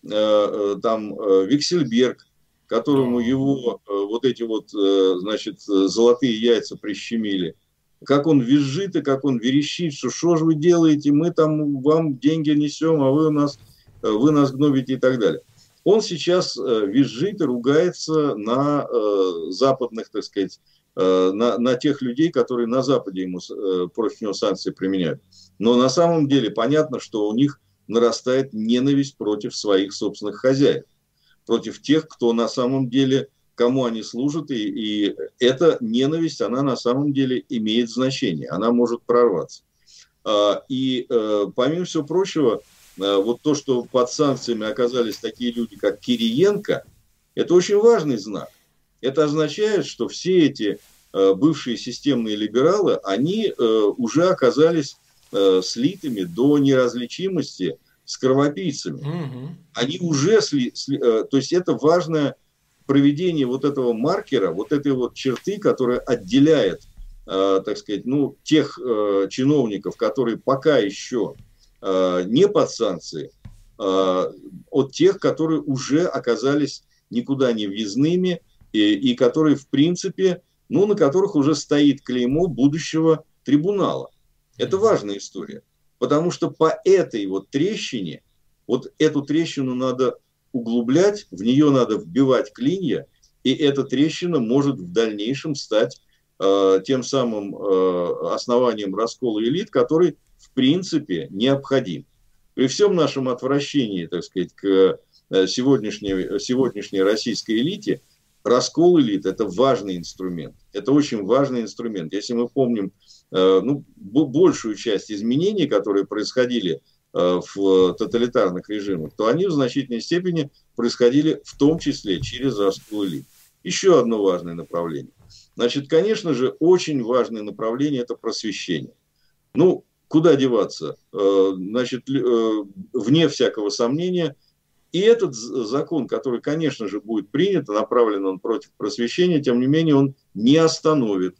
там Виксельберг, которому его вот эти вот, значит, золотые яйца прищемили. Как он визжит и как он верещит, что же вы делаете, мы там вам деньги несем, а вы нас гнобите и так далее. Он сейчас визжит и ругается на западных, так сказать, на тех людей, которые на Западе против него санкции применяют. Но на самом деле понятно, что у них нарастает ненависть против своих собственных хозяев, против тех, кто на самом деле, кому они служат, и эта ненависть, она на самом деле имеет значение, она может прорваться. И помимо всего прочего, вот то, что под санкциями оказались такие люди, как Кириенко, это очень важный знак. Это означает, что все эти бывшие системные либералы, они уже оказались слитыми до неразличимости с кровопийцами. Они уже то есть это важное проведение вот этого маркера, вот этой вот черты, которая отделяет, так сказать, ну, тех чиновников, которые пока еще не под санкции, от тех, которые уже оказались никуда не въездными и которые, в принципе, ну, на которых уже стоит клеймо будущего трибунала. Это важная история. Потому что по этой вот трещине, вот эту трещину надо углублять, в нее надо вбивать клинья, и эта трещина может в дальнейшем стать тем самым основанием раскола элит, который в принципе необходим. При всем нашем отвращении, так сказать, к сегодняшней российской элите, раскол элит – это важный инструмент. Это очень важный инструмент. Если мы помним большую часть изменений, которые происходили в тоталитарных режимах, то они в значительной степени происходили в том числе через раскол элит. Еще одно важное направление. Значит, конечно же, очень важное направление – это просвещение. Ну, куда деваться? Значит, вне всякого сомнения, и этот закон, который, конечно же, будет принят, направлен он против просвещения, тем не менее, он не остановит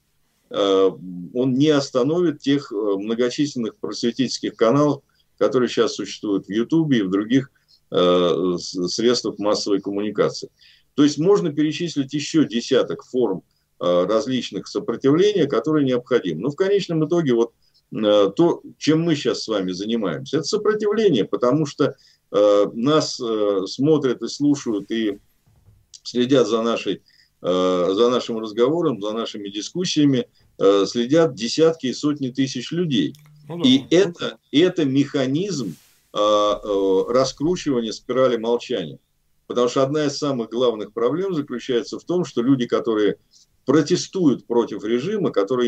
тех многочисленных просветительских каналов, которые сейчас существуют в Ютубе и в других средствах массовой коммуникации. То есть можно перечислить еще десяток форм различных сопротивления, которые необходимы. Но в конечном итоге вот то, чем мы сейчас с вами занимаемся, это сопротивление, потому что нас смотрят и слушают и следят за нашим разговором, за нашими дискуссиями, следят десятки и сотни тысяч людей. Ну, да. И это механизм раскручивания спирали молчания. Потому что одна из самых главных проблем заключается в том, что люди, которые протестуют против режима, которые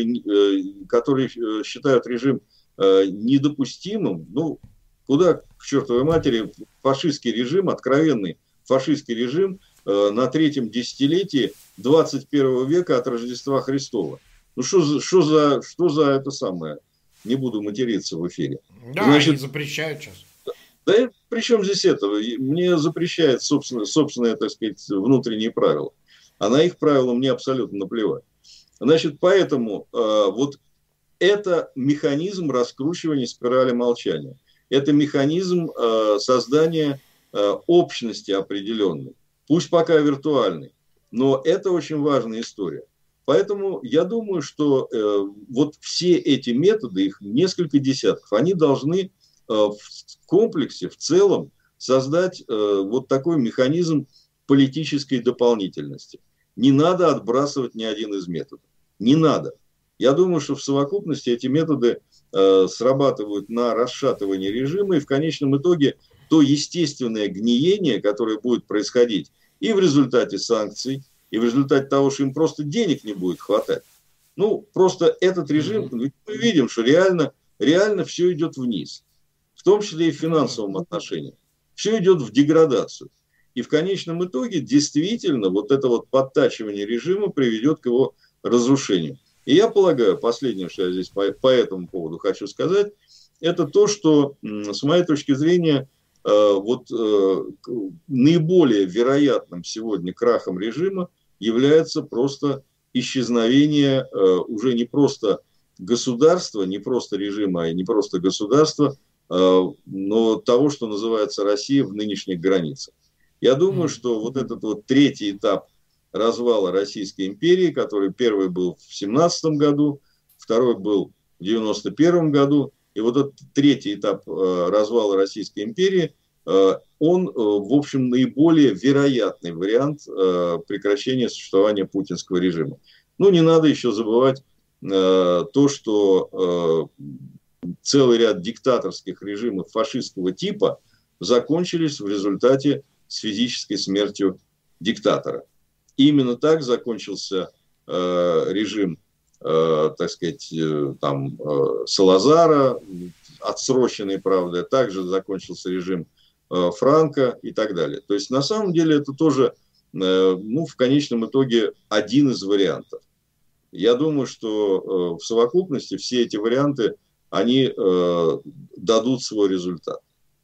считают режим недопустимым, ну, куда, к чертовой матери, фашистский режим, откровенный фашистский режим на третьем десятилетии 21 века от Рождества Христова. Ну, что за это самое? Не буду материться в эфире.
Да, значит, они запрещают сейчас.
Да при чем здесь это? Мне запрещает собственные, так сказать, внутренние правила. А на их правила мне абсолютно наплевать. Значит, поэтому вот это механизм раскручивания спирали молчания. Это механизм создания общности определенной. Пусть пока виртуальной. Но это очень важная история. Поэтому я думаю, что вот все эти методы, их несколько десятков, они должны в комплексе, в целом создать вот такой механизм политической дополнительности. Не надо отбрасывать ни один из методов. Не надо. Я думаю, что в совокупности эти методы срабатывают на расшатывание режима, и в конечном итоге то естественное гниение, которое будет происходить и в результате санкций, и в результате того, что им просто денег не будет хватать. Ну, просто этот режим, мы видим, что реально все идет вниз. В том числе и в финансовом отношении. Все идет в деградацию. И в конечном итоге действительно вот это вот подтачивание режима приведет к его разрушению. И я полагаю, последнее, что я здесь по этому поводу хочу сказать, это то, что, с моей точки зрения, вот наиболее вероятным сегодня крахом режима является просто исчезновение уже не просто государства, не просто режима, и не просто государства, но того, что называется Россия в нынешних границах. Я думаю, что вот этот вот третий этап развала Российской империи, который первый был в 1917 году, второй был в 1991 году, и вот этот третий этап развала Российской империи, он, в общем, наиболее вероятный вариант прекращения существования путинского режима. Ну, не надо еще забывать то, что целый ряд диктаторских режимов фашистского типа закончились в результате с физической смертью диктатора. И именно так закончился режим, так сказать, там, Салазара, отсроченный, правда, также закончился режим Франко и так далее. То есть, на самом деле, это тоже, ну, в конечном итоге, один из вариантов. Я думаю, что в совокупности все эти варианты, они дадут свой результат.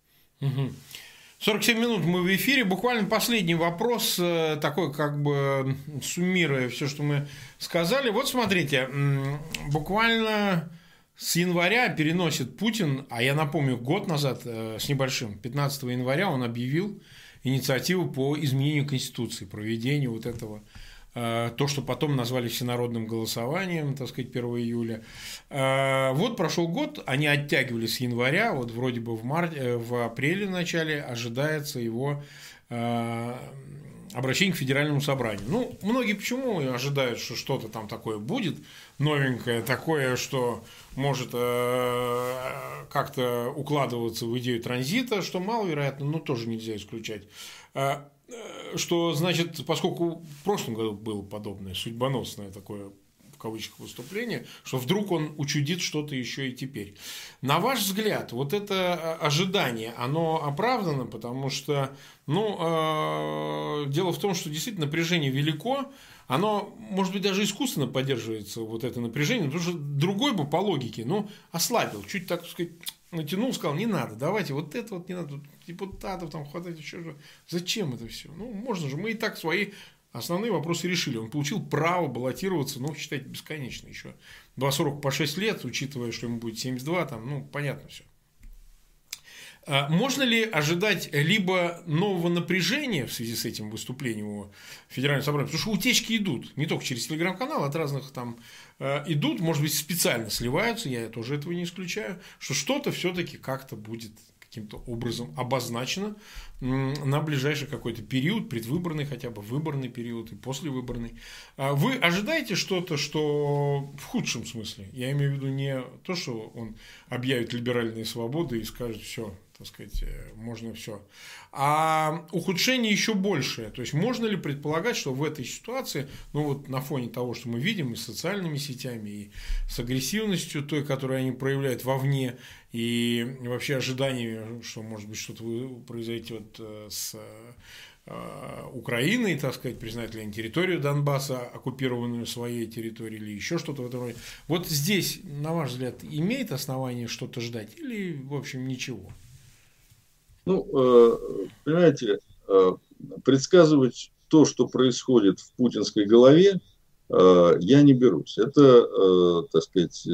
47 минут мы в эфире. Буквально последний вопрос, такой как бы суммируя все, что мы сказали. Вот смотрите, буквально с января переносит Путин, а я напомню, год назад с небольшим, 15 января он объявил инициативу по изменению Конституции, проведению вот этого то, что потом назвали всенародным голосованием, так сказать, 1 июля. Вот прошел год, они оттягивали с января, вот вроде бы в апреле в начале ожидается его обращение к Федеральному собранию. Ну, многие почему ожидают, что что-то там такое будет, новенькое, такое, что может как-то укладываться в идею транзита, что маловероятно, но тоже нельзя исключать. Что значит, поскольку в прошлом году было подобное, судьбоносное такое, в кавычках, выступление, что вдруг он учудит что-то еще и теперь. На ваш взгляд, вот это ожидание, оно оправдано, потому что, дело в том, что действительно напряжение велико, оно, может быть, даже искусственно поддерживается, вот это напряжение, потому что другой бы по логике, ослабил, чуть, так сказать, натянул, сказал, не надо, давайте, вот это вот не надо, депутатов там хватать, еще же. Зачем это все? Можно же, мы и так свои основные вопросы решили. Он получил право баллотироваться, считайте, бесконечно еще. 2 срока по 6 лет, учитывая, что ему будет 72, понятно все. Можно ли ожидать либо нового напряжения в связи с этим выступлением его Федерального собрания? Потому что утечки идут, не только через телеграм-канал, от разных там идут, может быть, специально сливаются, я тоже этого не исключаю, что что-то все-таки как-то будет каким-то образом обозначено на ближайший какой-то период, предвыборный хотя бы, выборный период и послевыборный. Вы ожидаете что-то, что в худшем смысле, я имею в виду не то, что он объявит либеральные свободы и скажет, все, так сказать, можно все, а ухудшение еще большее. То есть можно ли предполагать, что в этой ситуации, на фоне того, что мы видим и с социальными сетями, и с агрессивностью той, которую они проявляют вовне, и вообще ожиданиями, что может быть что-то произойдет с Украиной, так сказать, признать ли они территорию Донбасса, оккупированную своей территорией, или еще что-то в этом роде. Вот здесь, на ваш взгляд, имеет основание что-то ждать или, в общем, ничего?
Понимаете, предсказывать то, что происходит в путинской голове, я не берусь. Это, так сказать,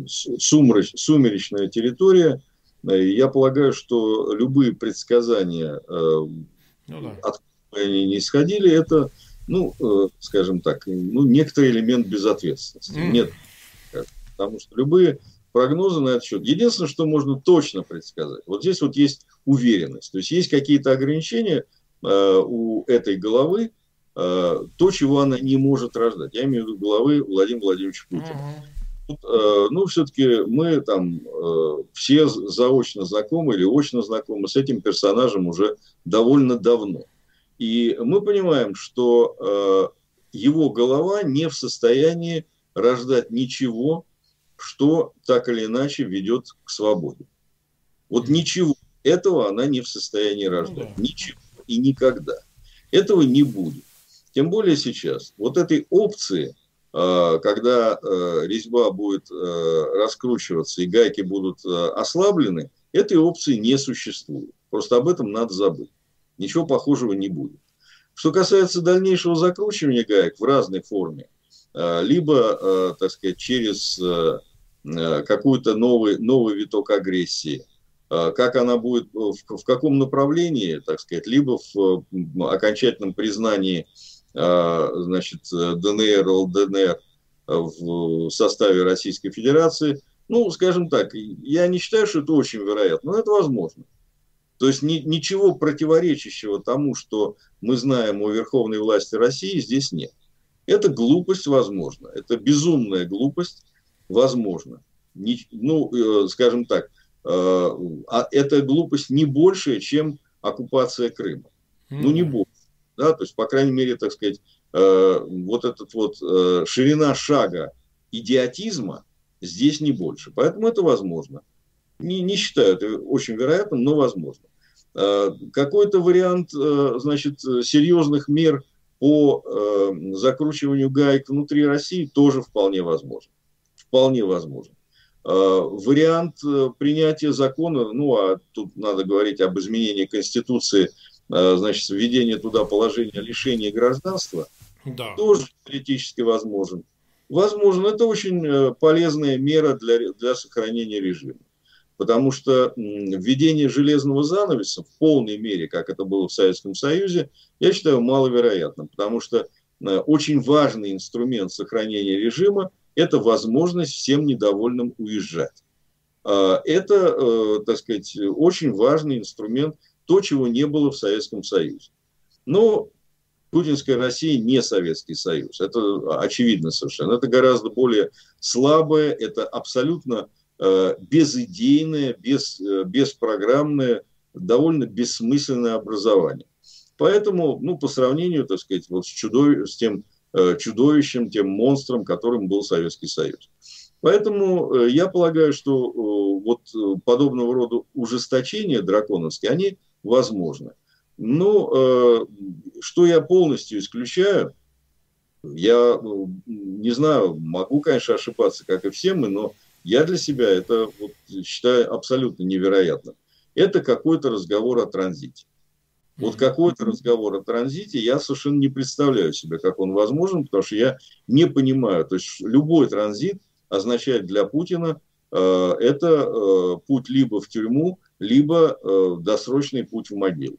сумеречная территория. Я полагаю, что любые предсказания, откуда они не исходили, это, скажем так, некоторый элемент безответственности. Нет, потому что любые прогнозы на этот счет. Единственное, что можно точно предсказать, вот здесь вот есть уверенность. То есть есть какие-то ограничения у этой головы, то, чего она не может рождать. Я имею в виду головы Владимира Владимировича Путина. Все-таки мы там все заочно знакомы или очно знакомы с этим персонажем уже довольно давно. И мы понимаем, что его голова не в состоянии рождать ничего, что так или иначе ведет к свободе. Вот ничего этого она не в состоянии рождать. Ничего и никогда. Этого не будет. Тем более сейчас. Вот этой опции, когда резьба будет раскручиваться и гайки будут ослаблены, этой опции не существует. Просто об этом надо забыть. Ничего похожего не будет. Что касается дальнейшего закручивания гаек в разной форме, либо, так сказать, через какой-то новый виток агрессии, как она будет, в каком направлении, так сказать, либо в окончательном признании, значит, ДНР, ЛДНР в составе Российской Федерации, скажем так, я не считаю, что это очень вероятно, но это возможно. То есть ничего противоречащего тому, что мы знаем о верховной власти России, здесь нет. Это глупость, возможно. Это безумная глупость, возможно. Скажем так, эта глупость не большая, чем оккупация Крыма. Не больше. Да? То есть, по крайней мере, так сказать, вот этот вот ширина шага идиотизма здесь не больше. Поэтому это возможно. Не считаю это очень вероятным, но возможно. Какой-то вариант, значит, серьезных мер по закручиванию гаек внутри России тоже вполне возможен. Вполне возможен. Вариант принятия закона, а тут надо говорить об изменении Конституции, значит, введение туда положения лишения гражданства, тоже теоретически возможен. Возможно, это очень полезная мера для сохранения режима. Потому что введение железного занавеса в полной мере, как это было в Советском Союзе, я считаю маловероятным. Потому что очень важный инструмент сохранения режима – это возможность всем недовольным уезжать. Это, так сказать, очень важный инструмент, то, чего не было в Советском Союзе. Но путинская Россия не Советский Союз. Это очевидно совершенно. Это гораздо более слабое, это абсолютно безидейное, беспрограммное, довольно бессмысленное образование. Поэтому, по сравнению, так сказать, вот с тем чудовищем, тем монстром, которым был Советский Союз. Поэтому я полагаю, что вот подобного рода ужесточения драконовские, они возможны. Но что я полностью исключаю, я не знаю, могу, конечно, ошибаться, как и все мы, но я для себя это считаю абсолютно невероятным. Это какой-то разговор о транзите. Вот какой-то разговор о транзите я совершенно не представляю себе, как он возможен, потому что я не понимаю. То есть любой транзит означает для Путина это путь либо в тюрьму, либо досрочный путь в могилу.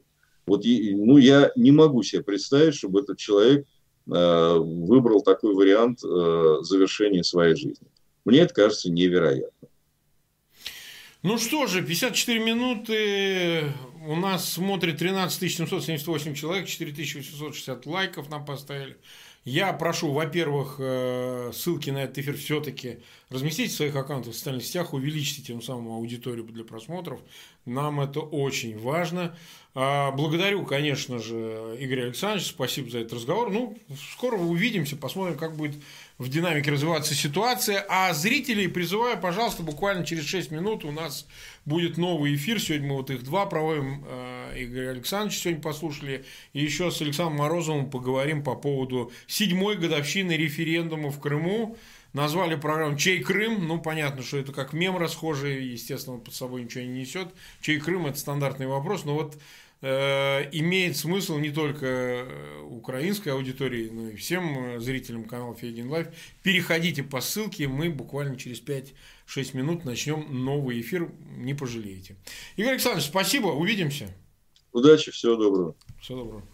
Я не могу себе представить, чтобы этот человек выбрал такой вариант завершения своей жизни. Мне это кажется невероятным.
Ну что же, 54 минуты. У нас смотрит 13 778 человек, 4860 лайков нам поставили. Я прошу, во-первых, ссылки на этот эфир все-таки разместить в своих аккаунтах в социальных сетях, увеличьте тем самым аудиторию для просмотров. Нам это очень важно. Благодарю, конечно же, Игоря Александровича, спасибо за этот разговор. Скоро увидимся, посмотрим, как будет в динамике развиваться ситуация. А зрителей призываю, пожалуйста, буквально через 6 минут у нас будет новый эфир. Сегодня мы их 2 проводим. Игорь Александрович сегодня послушали. И еще с Александром Морозовым поговорим по поводу 7-й годовщины референдума в Крыму. Назвали программу «Чей Крым?». Понятно, что это как мем расхожий, естественно, под собой ничего не несет. Чей Крым – это стандартный вопрос, но имеет смысл не только украинской аудитории, но и всем зрителям канала Фейгин Лайв. Переходите по ссылке, мы буквально через 5-6 минут начнем новый эфир, не пожалеете. Игорь Александрович, спасибо, увидимся.
Удачи, всего доброго.
Всего доброго.